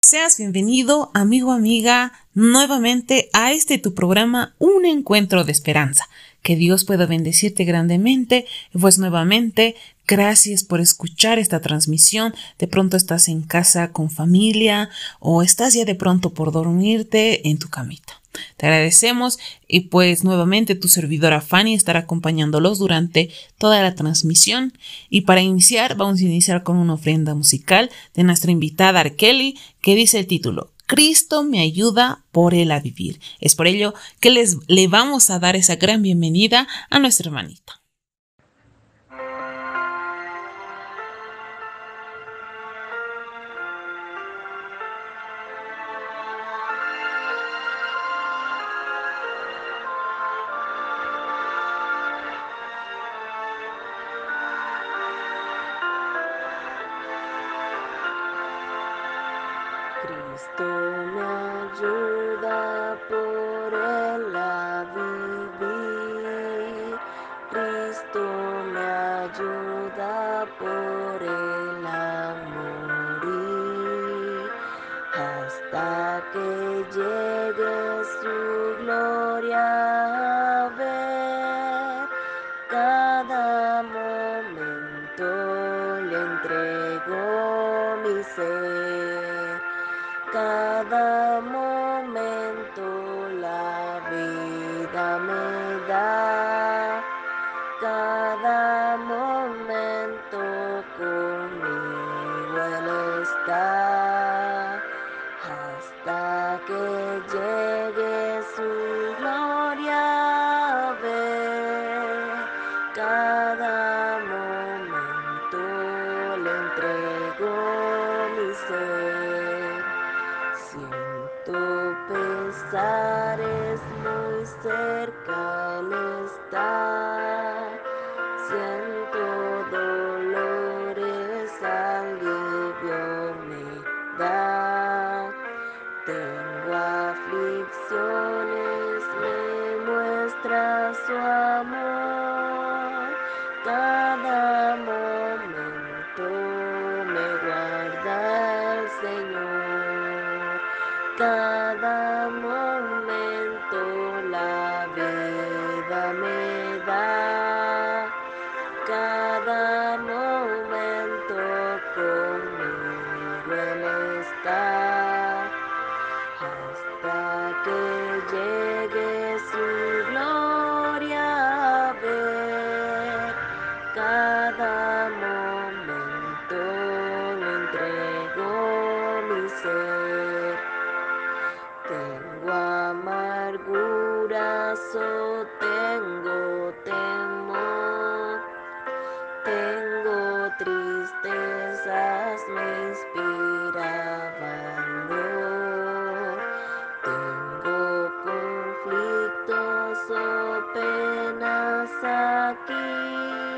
Seas bienvenido, amigo, amiga, nuevamente a tu programa Un Encuentro de Esperanza. Que Dios pueda bendecirte grandemente. Pues nuevamente, gracias por escuchar esta transmisión. De pronto estás en casa con familia o estás ya de pronto por dormirte en tu camita. Te agradecemos y pues nuevamente tu servidora Fanny estará acompañándolos durante toda la transmisión. Y para iniciar, vamos a iniciar con una ofrenda musical de nuestra invitada Arkeli, que dice el título: Cristo me ayuda por él a vivir. Es por ello que le vamos a dar esa gran bienvenida a nuestra hermanita. Cristo me ayuda por él a vivir. Cristo me ayuda por él a morir. Hasta que llegue su gloria a ver. Cada momento le entrego mi ser. Cada momento la vida me da, cada momento conmigo Él está, hasta que llegue su gloria a ver. Cada momento le entrego mi ser. Siento pesares, muy cerca Él está. Siento dolores, alivio me da. Tengo aflicciones, me muestra su amor. Cada momento me guarda el Señor. Cada momento la vida me da. Cada momento conmigo Él está. Hasta que llegue su gloria a ver. Cada momento le entrego mi ser. Tengo amarguras o tengo temor. Tengo tristezas, me inspira valor. Tengo conflictos o penas aquí.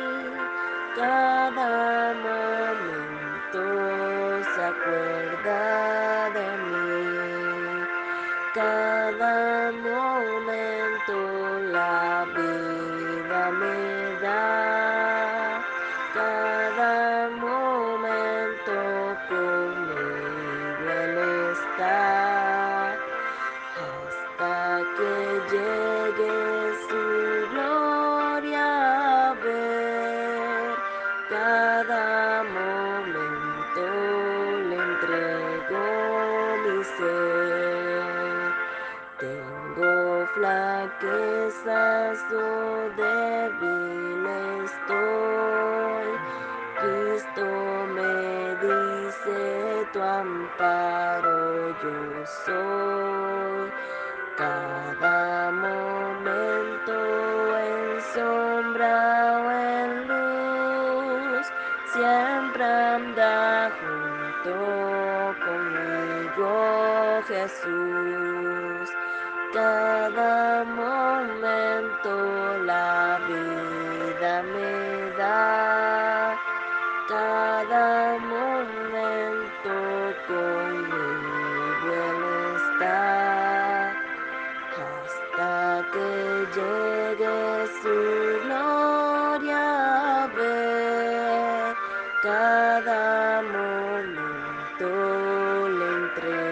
Cada momento se acuerda de mí. Cada momento la vida me da. Cada momento conmigo Él está. Hasta que llegue su gloria a ver. Cada momento le entrego mi ser. Tengo flaquezas o débil estoy. Cristo me dice, tu amparo yo soy. Cada momento en sombra o en luz, siempre anda junto conmigo Jesús. Cada momento la vida me da. Cada momento conmigo Él está. Hasta que llegue su gloria a ver. Cada momento le entrego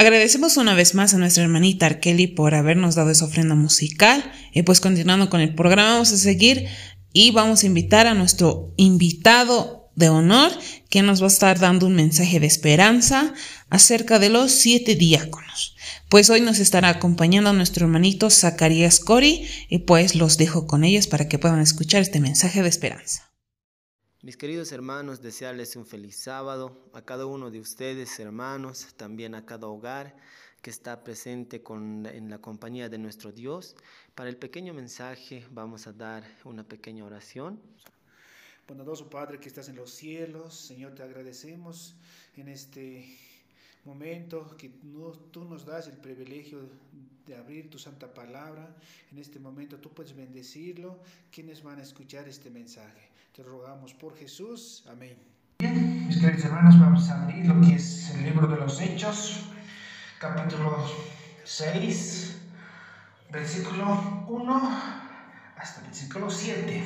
Agradecemos una vez más a nuestra hermanita Arkeli por habernos dado esa ofrenda musical. Pues continuando con el programa, vamos a seguir y vamos a invitar a nuestro invitado de honor, que nos va a estar dando un mensaje de esperanza acerca de los 7 diáconos. Pues hoy nos estará acompañando nuestro hermanito Zacarías Cori, y pues los dejo con ellos para que puedan escuchar este mensaje de esperanza. Mis queridos hermanos, desearles un feliz sábado a cada uno de ustedes, hermanos, también a cada hogar que está presente en la compañía de nuestro Dios. Para el pequeño mensaje vamos a dar una pequeña oración. Bondadoso Padre que estás en los cielos, Señor, te agradecemos en este momento que tú nos das el privilegio de abrir tu santa palabra. En este momento tú puedes bendecirlo. ¿Quiénes van a escuchar este mensaje? Te rogamos por Jesús. Amén. Bien, mis queridos hermanos, vamos a abrir lo que es el libro de los Hechos, capítulo 6, versículo 1 hasta versículo 7.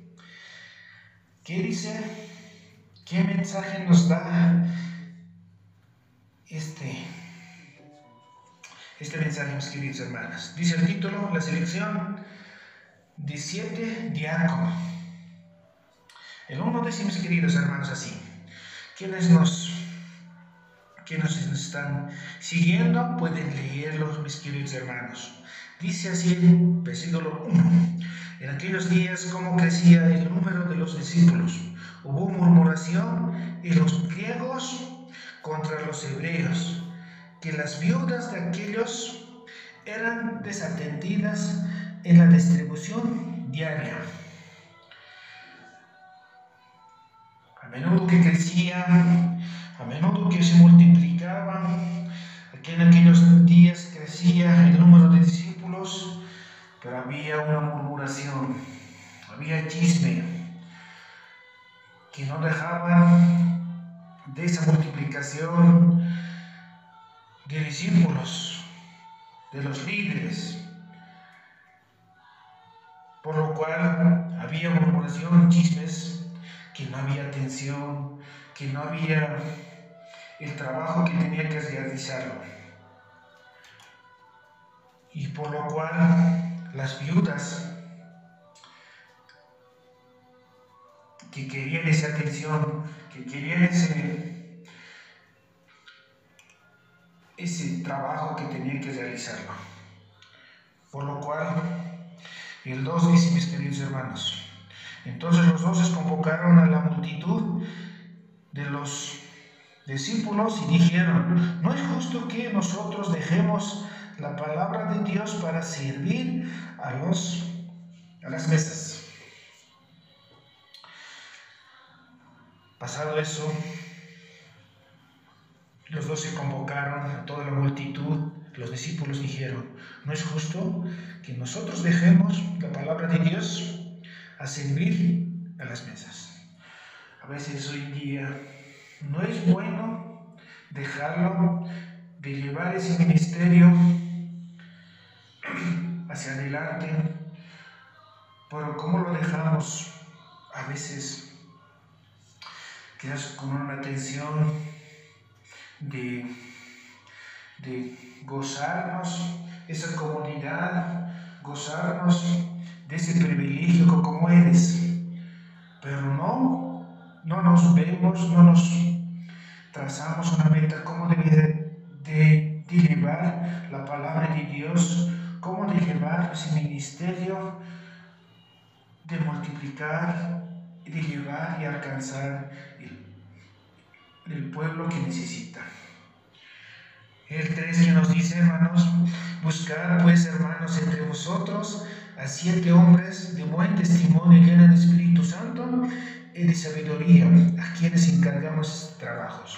¿Qué dice? ¿Qué mensaje nos da este mensaje, mis queridos hermanos? Dice el título, la selección de 7 diáconos. El 1 dice, mis queridos hermanos, así. Quienes nos están siguiendo pueden leerlo, mis queridos hermanos. Dice así el versículo 1. En aquellos días, como crecía el número de los discípulos, hubo murmuración en los griegos contra los hebreos, que las viudas de aquellos eran desatendidas en la distribución diaria. A menudo que crecía, a menudo que se multiplicaba, en aquellos días crecía el número de discípulos, pero había una murmuración, había chisme, que no dejaba de esa multiplicación de discípulos, de los líderes, por lo cual había murmuración, chismes, que no había atención, que no había el trabajo que tenía que realizarlo. Y por lo cual las viudas que querían esa atención, que querían ese trabajo que tenían que realizarlo. Por lo cual, el 2 dice, mis queridos hermanos, entonces los 12 convocaron a la multitud de los discípulos y dijeron, no es justo que nosotros dejemos la palabra de Dios para servir a las mesas. Pasado eso, los 12 convocaron a toda la multitud. Los discípulos dijeron, no es justo que nosotros dejemos la palabra de Dios a servir a las mesas. A veces hoy en día no es bueno dejarlo de llevar ese ministerio hacia adelante, pero ¿cómo lo dejamos? A veces quedas con una tensión de gozarnos esa comodidad, gozarnos de ese privilegio como eres, pero no nos vemos, no nos trazamos una meta cómo debe de llevar la palabra de Dios, cómo de llevar ese ministerio, de multiplicar, de llevar y alcanzar el pueblo que necesita. El 3 que nos dice, hermanos, buscad pues, hermanos, entre vosotros a 7 hombres de buen testimonio, llenos del Espíritu Santo y de sabiduría, a quienes encargamos trabajos.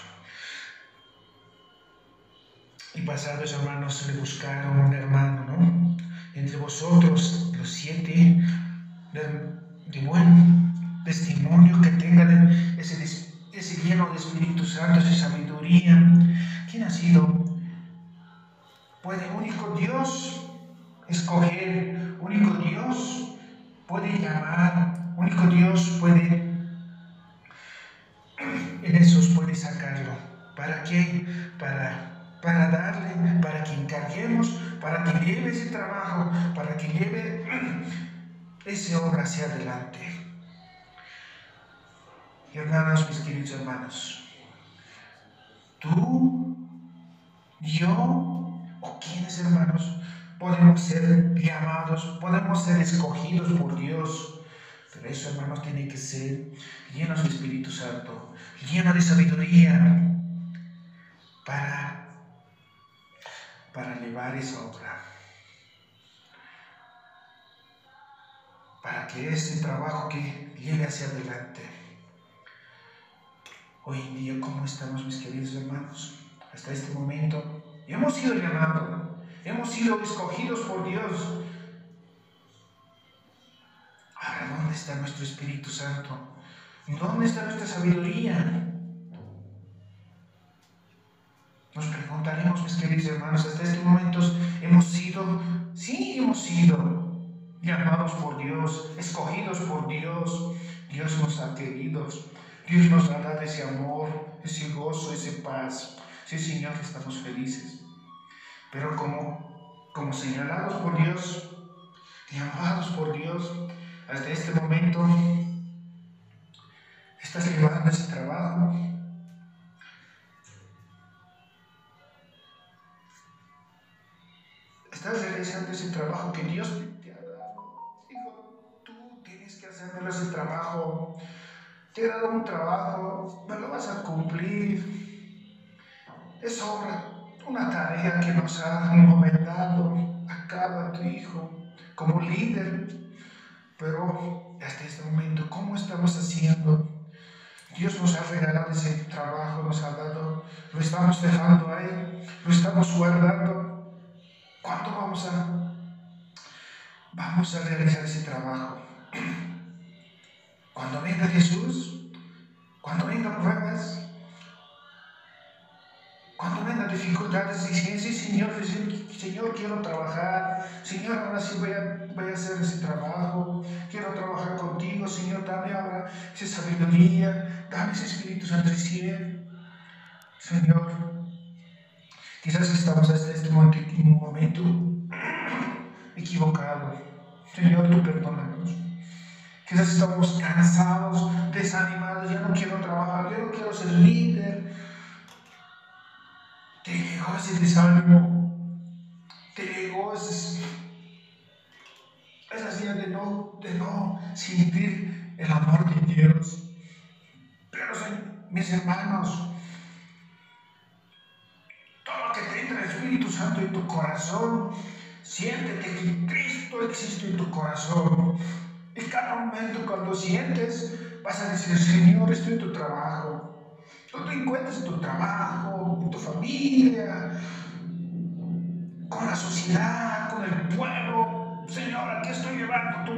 Y pasados, hermanos, le buscaron un hermano, ¿no? Entre vosotros, los 7 de buen testimonio, que tengan ese lleno de Espíritu Santo, esa sabiduría. ¿Quién ha sido? Puede único Dios escoger, único Dios puede llamar, único Dios puede, en esos puede sacarlo. ¿Para qué? Para para darle, para que encarguemos, para que lleve ese trabajo, para que lleve esa obra hacia adelante. Y hermanos, mis queridos hermanos, tú, yo o quienes, hermanos, podemos ser llamados, podemos ser escogidos por Dios. Pero eso, hermanos, tiene que ser llenos de Espíritu Santo, llenos de sabiduría para llevar esa obra. Para que ese trabajo que lleve hacia adelante. Hoy en día, ¿cómo estamos, mis queridos hermanos? Hasta este momento hemos sido llamados, hemos sido escogidos por Dios. Ahora, ¿dónde está nuestro Espíritu Santo? ¿Dónde está nuestra sabiduría? Nos preguntaremos, mis queridos hermanos, hasta este momento hemos sido llamados por Dios, escogidos por Dios. Dios nos ha querido, Dios nos ha dado ese amor, ese gozo, esa paz. Sí, Señor, estamos felices. Pero como señalados por Dios, llamados por Dios, hasta este momento estás llevando ese trabajo. Estás realizando ese trabajo que Dios te ha dado. Hijo, tú tienes que hacerme ese trabajo. Te he dado un trabajo, me lo vas a cumplir. Es obra, una tarea que nos ha encomendado a cada tu hijo como líder. Pero hasta este momento, ¿cómo estamos haciendo? Dios nos ha regalado ese trabajo, nos ha dado, lo estamos dejando ahí, lo estamos guardando. ¿Cuándo vamos a realizar ese trabajo? Cuando venga Jesús, cuando vengan pruebas, cuando vengan dificultades, y sí, Señor, quiero trabajar, Señor, ahora sí voy a hacer ese trabajo, quiero trabajar contigo, Señor, dame ahora esa sabiduría, dame ese Espíritu Santo recibe, Señor. Quizás estamos hasta este momento equivocados. Señor, tú perdónanos. Quizás estamos cansados, desanimados, ya no quiero trabajar, yo no quiero ser líder. Te llegó ese desánimo, te llegó esas días de no sentir el amor de Dios. Pero, mis hermanos, todo lo que te entra el Espíritu Santo en tu corazón, siéntete que Cristo existe en tu corazón. Y cada momento cuando sientes, vas a decir, Señor, estoy en tu trabajo. Tú te encuentras en tu trabajo, en tu familia, con la sociedad, con el pueblo. Señor, aquí estoy llevando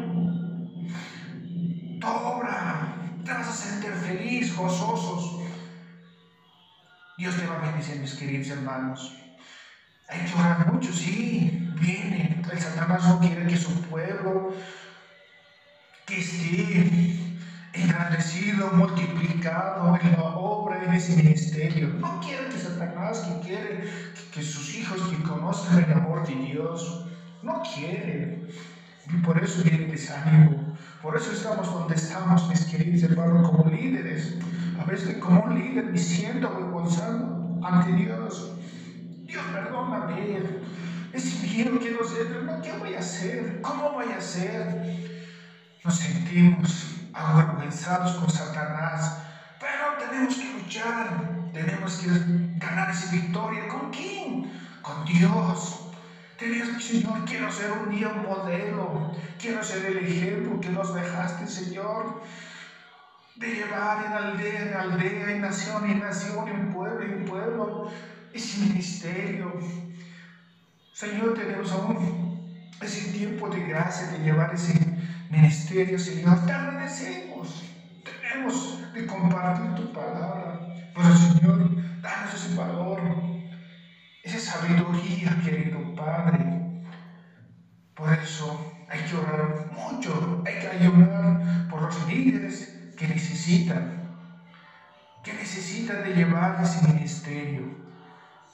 tu obra. Te vas a sentir feliz, gozosos. Dios te va a bendecir, mis queridos hermanos. Hay que orar mucho, sí, viene. El Satanás no quiere que su pueblo que esté engrandecido, multiplicado en la obra, en ese ministerio. No quiere que Satanás, que quiere que sus hijos que conozcan el amor de Dios. No quiere. Y por eso viene desánimo. Por eso estamos donde estamos, mis queridos hermanos, como líderes. A veces como un líder me siento avergonzado ante Dios. Dios, perdóname. Ese miedo que nos entra, ¿no? ¿Qué voy a hacer? ¿Cómo voy a hacer? Nos sentimos avergonzados con Satanás, pero tenemos que luchar, tenemos que ganar esa victoria. ¿Con quién? Con Dios. Tenemos que, Señor, quiero ser un día un modelo, quiero ser el ejemplo que nos dejaste, Señor, de llevar en aldea, en nación, en pueblo, ese ministerio. Señor, tenemos aún ese tiempo de gracia de llevar ese ministerio, Señor. Te agradecemos, tenemos de compartir tu palabra, pero Señor, danos ese valor, esa sabiduría, querido Padre. Por eso hay que orar mucho, hay que ayunar por los líderes que necesitan de llevar ese ministerio.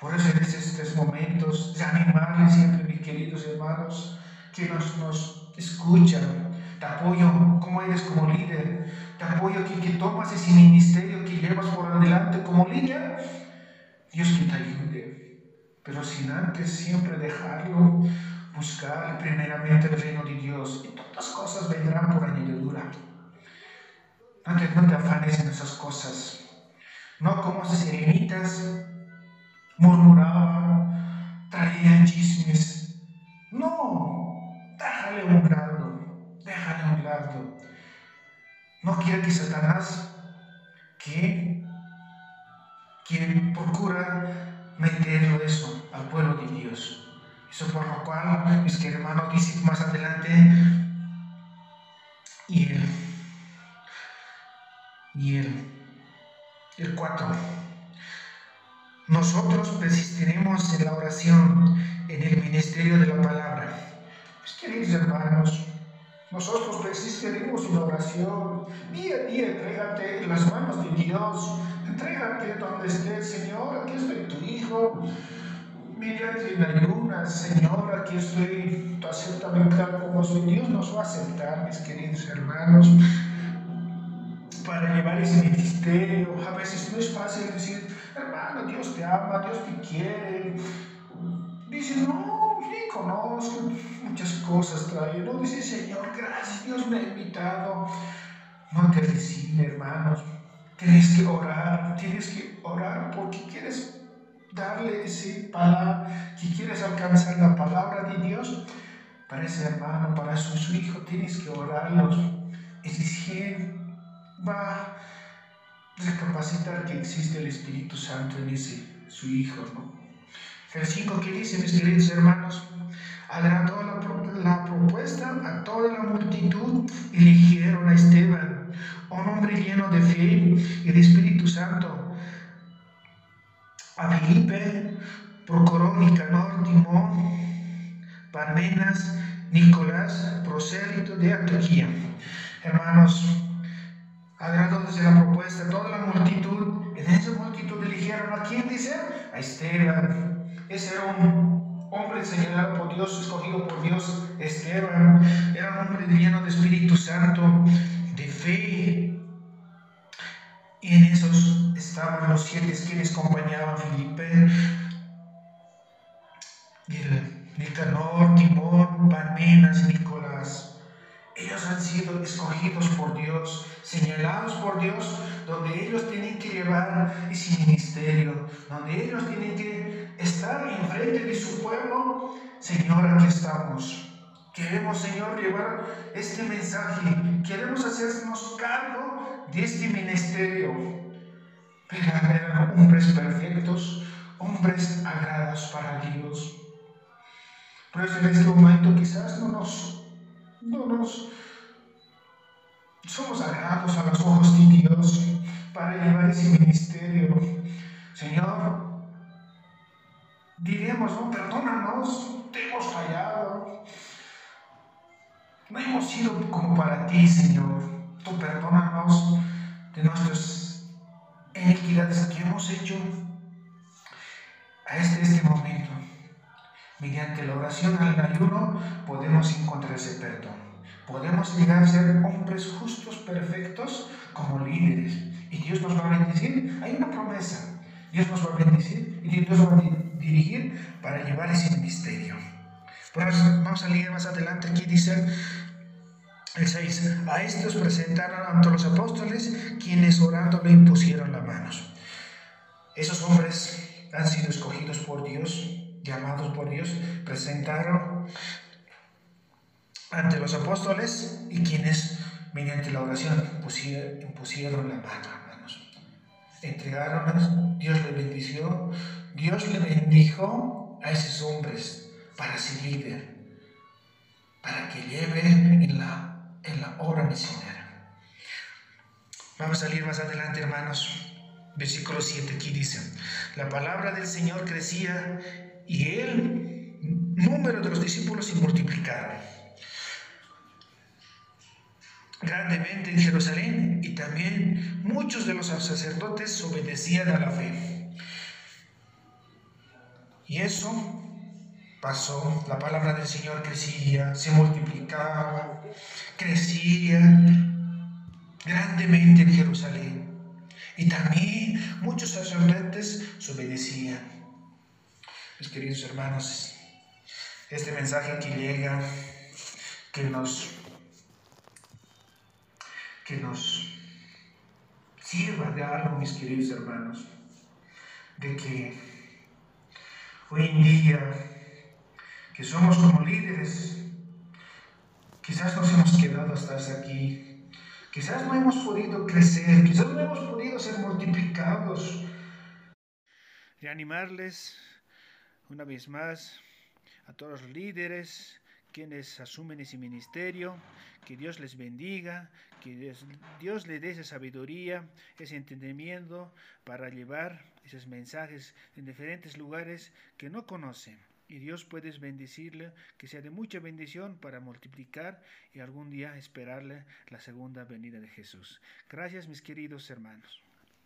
Por eso en estos momentos, de animarles siempre, mis queridos hermanos, que nos escuchan. Te apoyo como eres como líder. Te apoyo que tomas ese ministerio que llevas por adelante como líder. Dios que te ayude. Pero sin antes siempre dejarlo, buscar primeramente el reino de Dios. Y todas las cosas vendrán por añadidura. No te afanes en esas cosas. No como esas sirenitas murmuraban, traían chismes. No, déjale a un lado, déjale a un lado. No quiere que Satanás, que procura meterlo eso al pueblo de Dios. Eso por lo cual, mis hermanos, dice más adelante, el 4. Nosotros persistiremos en la oración, en el ministerio de la palabra. Mis queridos hermanos, nosotros persistiremos en la oración. Día a día, entrégate en las manos de Dios. Entrégate donde estés, Señor, aquí estoy tu Hijo. Mediante en ayunas, Señor, aquí estoy. Tú acéptame tal como soy. Dios nos va a aceptar, mis queridos hermanos, para llevar ese ministerio. A veces no es fácil decir, hermano, Dios te ama, Dios te quiere. Dice, no, ni conozco, muchas cosas trae. No dice, Señor, gracias, Dios me ha invitado. No te recibe, hermanos. Tienes que orar porque quieres darle ese palabra, que quieres alcanzar la palabra de Dios. Para ese hermano, para su hijo, tienes que orarlos. Es decir, va a recapacitar que existe el Espíritu Santo en su hijo, ¿no? El 5 que dice, mis queridos hermanos, agradó la propuesta a toda la multitud, eligieron a Esteban, un hombre lleno de fe y de Espíritu Santo, a Filipe, procuró Nicanor, Timón, Parmenas, Nicolás, prosélito de Antioquía. Hermanos, agradó desde la propuesta a toda la multitud. En esa multitud eligieron a quién, dice, a Esteban. Ese era un hombre señalado por Dios, escogido por Dios. Esteban era un hombre lleno de Espíritu Santo, de fe. Y en esos estaban los 7 que les acompañaban: Filipe, Nicanor, Timón, Parmenas y Nicolás. Ellos han sido escogidos por Dios, señalados por Dios, donde ellos tienen que llevar ese ministerio, donde ellos tienen que estar enfrente de su pueblo. Señor, aquí estamos. Queremos, Señor, llevar este mensaje. Queremos hacernos cargo de este ministerio. Pero eran hombres perfectos, hombres agradados para Dios. Por eso en este momento quizás no nos somos agradados a los ojos de Dios para llevar ese ministerio. Señor, diremos, no, perdónanos, te hemos fallado, no hemos sido como para ti, Señor. Tú perdónanos de nuestras iniquidades que hemos hecho a este momento. Mediante la oración al ayuno podemos encontrar ese perdón. Podemos llegar a ser hombres justos, perfectos, como líderes. Y Dios nos va a bendecir. Hay una promesa. Dios nos va a bendecir y Dios nos va a dirigir para llevar ese ministerio. Pues vamos a leer más adelante. Aquí dice el 6. A estos presentaron ante los apóstoles, quienes orando le impusieron las manos. Esos hombres han sido escogidos por Dios, llamados por Dios, presentaron ante los apóstoles y quienes mediante la oración impusieron la mano, hermanos. Entregaron, Dios le bendició, Dios le bendijo a esos hombres para ser líder, para que lleve en la obra misionera. Vamos a leer más adelante, hermanos. Versículo 7 aquí dice: la palabra del Señor crecía y el número de los discípulos se multiplicaron grandemente en Jerusalén, y también muchos de los sacerdotes obedecían a la fe. Y eso pasó. La palabra del Señor crecía, se multiplicaba, crecía grandemente en Jerusalén. Y también muchos sacerdotes se obedecían. Mis queridos hermanos, este mensaje que llega, que nos sirva de algo, mis queridos hermanos, de que hoy en día que somos como líderes, quizás nos hemos quedado hasta aquí, quizás no hemos podido crecer, quizás no hemos podido ser multiplicados. Reanimarles una vez más a todos los líderes, quienes asumen ese ministerio, que Dios les bendiga, que Dios les dé esa sabiduría, ese entendimiento para llevar esos mensajes en diferentes lugares que no conocen. Y Dios puede bendecirle, que sea de mucha bendición para multiplicar y algún día esperarle la segunda venida de Jesús. Gracias, mis queridos hermanos.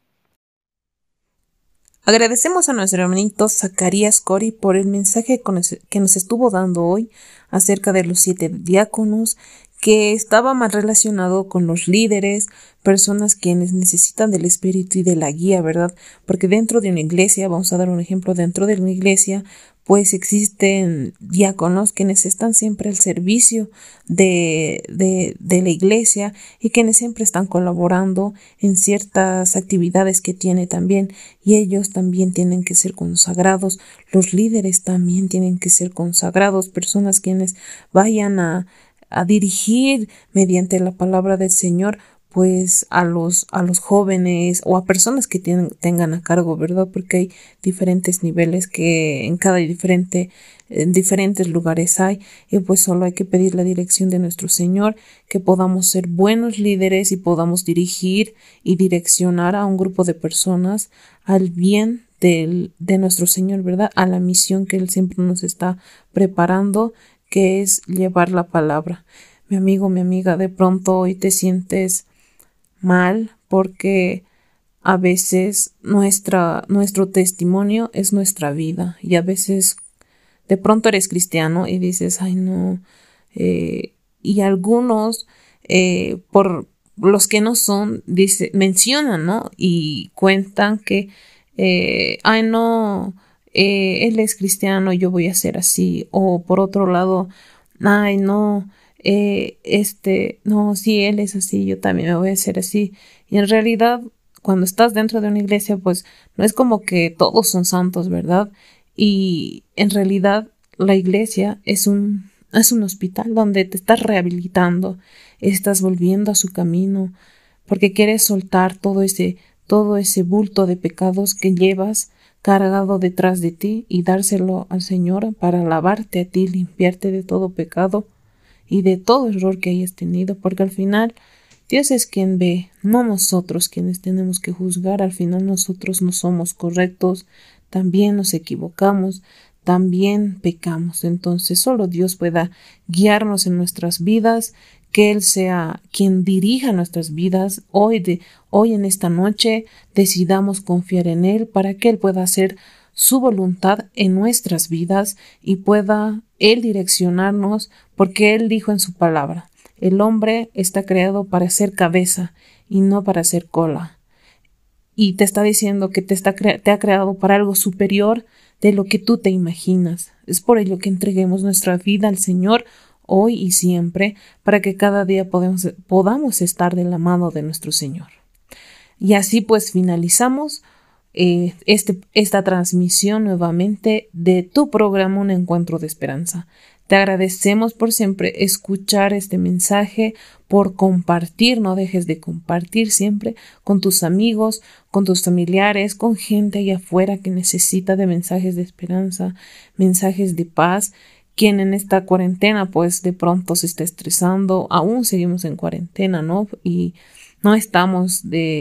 Agradecemos a nuestro hermanito Zacarías Cori por el mensaje que nos estuvo dando hoy acerca de los 7 diáconos, que estaba más relacionado con los líderes, personas quienes necesitan del espíritu y de la guía, ¿verdad? Porque dentro de una iglesia, vamos a dar un ejemplo, dentro de una iglesia, pues existen diáconos quienes están siempre al servicio de la iglesia y quienes siempre están colaborando en ciertas actividades que tiene también, y ellos también tienen que ser consagrados. Los líderes también tienen que ser consagrados, personas quienes vayan a dirigir mediante la palabra del Señor pues a los jóvenes o a personas que tengan a cargo, ¿verdad? Porque hay diferentes niveles que en diferentes lugares hay, y pues solo hay que pedir la dirección de nuestro Señor, que podamos ser buenos líderes y podamos dirigir y direccionar a un grupo de personas al bien de nuestro Señor, ¿verdad? A la misión que Él siempre nos está preparando, que es llevar la palabra. Mi amigo, mi amiga, de pronto hoy te sientes mal porque a veces nuestro testimonio es nuestra vida, y a veces de pronto eres cristiano y dices, ay no, y algunos por los que no son mencionan, ¿no? Y cuentan que ay no, él es cristiano, yo voy a ser así. O por otro lado, ay no, no, si él es así, yo también me voy a hacer así. Y en realidad, cuando estás dentro de una iglesia, pues no es como que todos son santos, ¿verdad? Y en realidad la iglesia es un hospital donde te estás rehabilitando, estás volviendo a su camino, porque quieres soltar todo ese bulto de pecados que llevas cargado detrás de ti y dárselo al Señor para lavarte a ti, limpiarte de todo pecado y de todo error que hayas tenido, porque al final Dios es quien ve, no nosotros quienes tenemos que juzgar. Al final nosotros no somos correctos, también nos equivocamos, también pecamos. Entonces solo Dios pueda guiarnos en nuestras vidas, que Él sea quien dirija nuestras vidas. Hoy en esta noche decidamos confiar en Él para que Él pueda hacer su voluntad en nuestras vidas y pueda Él direccionarnos, porque Él dijo en su palabra: el hombre está creado para ser cabeza y no para ser cola. Y te está diciendo que te ha creado para algo superior de lo que tú te imaginas. Es por ello que entreguemos nuestra vida al Señor hoy y siempre, para que cada día podamos estar de la mano de nuestro Señor. Y así pues finalizamos esta transmisión nuevamente de tu programa Un Encuentro de Esperanza. Te agradecemos por siempre escuchar este mensaje, por compartir. No dejes de compartir siempre con tus amigos, con tus familiares, con gente allá afuera que necesita de mensajes de esperanza, mensajes de paz. Quien en esta cuarentena pues de pronto se está estresando, aún seguimos en cuarentena, ¿no? Y no estamos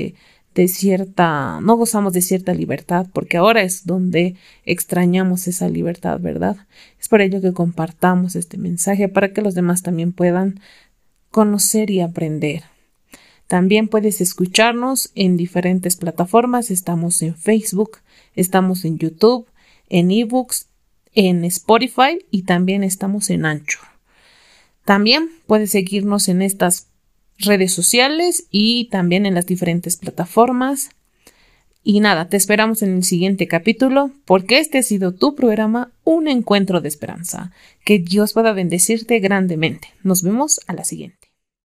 no gozamos de cierta libertad, porque ahora es donde extrañamos esa libertad, ¿verdad? Es por ello que compartamos este mensaje para que los demás también puedan conocer y aprender. También puedes escucharnos en diferentes plataformas. Estamos en Facebook, estamos en YouTube, en eBooks en Spotify y también estamos en Anchor. También puedes seguirnos en estas redes sociales y también en las diferentes plataformas. Y nada, te esperamos en el siguiente capítulo porque este ha sido tu programa Un Encuentro de Esperanza. Que Dios pueda bendecirte grandemente. Nos vemos a la siguiente.